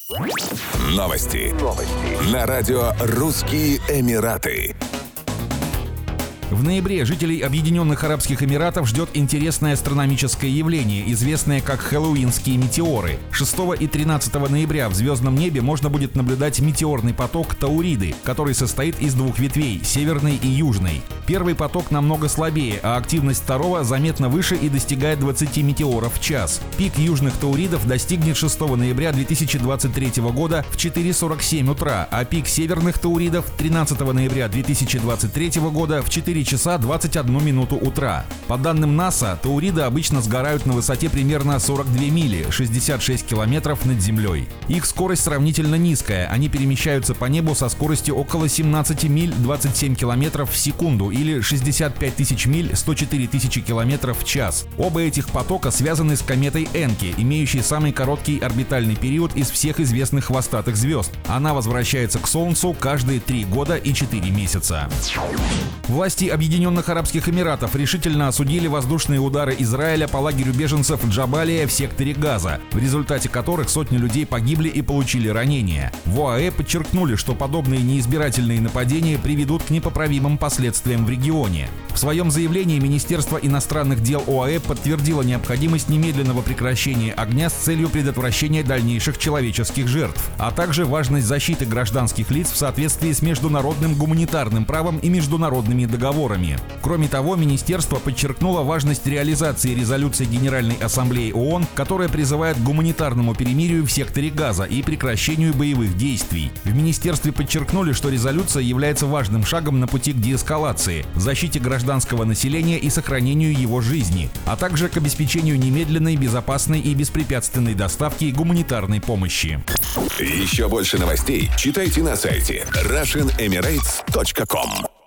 Новости. На радио «Русские Эмираты». В ноябре жителей Объединенных Арабских Эмиратов ждет интересное астрономическое явление, известное как хэллоуинские метеоры. 6 и 13 ноября в звездном небе можно будет наблюдать метеорный поток Тауриды, который состоит из двух ветвей – северной и южной. Первый поток намного слабее, а активность второго заметно выше и достигает 20 метеоров в час. Пик южных тауридов достигнет 6 ноября 2023 года в 4:47 утра, а пик северных тауридов 13 ноября 2023 года в 4 часа 21 минуту утра. По данным НАСА, тауриды обычно сгорают на высоте примерно 42 мили, 66 километров над землей. Их скорость сравнительно низкая, они перемещаются по небу со скоростью около 17 миль 27 километров в секунду или 65 тысяч миль 104 тысячи километров в час. Оба этих потока связаны с кометой Энки, имеющей самый короткий орбитальный период из всех известных хвостатых звезд. Она возвращается к Солнцу каждые 3 года и 4 месяца. Власти Объединенных Арабских Эмиратов решительно осудили воздушные удары Израиля по лагерю беженцев Джабалия в секторе Газа, в результате которых сотни людей погибли и получили ранения. В ОАЭ подчеркнули, что подобные неизбирательные нападения приведут к непоправимым последствиям в регионе. В своем заявлении Министерство иностранных дел ОАЭ подтвердило необходимость немедленного прекращения огня с целью предотвращения дальнейших человеческих жертв, а также важность защиты гражданских лиц в соответствии с международным гуманитарным правом и международными договорами. Кроме того, министерство подчеркнуло важность реализации резолюции Генеральной Ассамблеи ООН, которая призывает к гуманитарному перемирию в секторе Газа и прекращению боевых действий. В министерстве подчеркнули, что резолюция является важным шагом на пути к деэскалации, защите гражданского населения и сохранению его жизни, а также к обеспечению немедленной, безопасной и беспрепятственной доставки гуманитарной помощи. Еще больше новостей читайте на сайте RussianEmirates.com.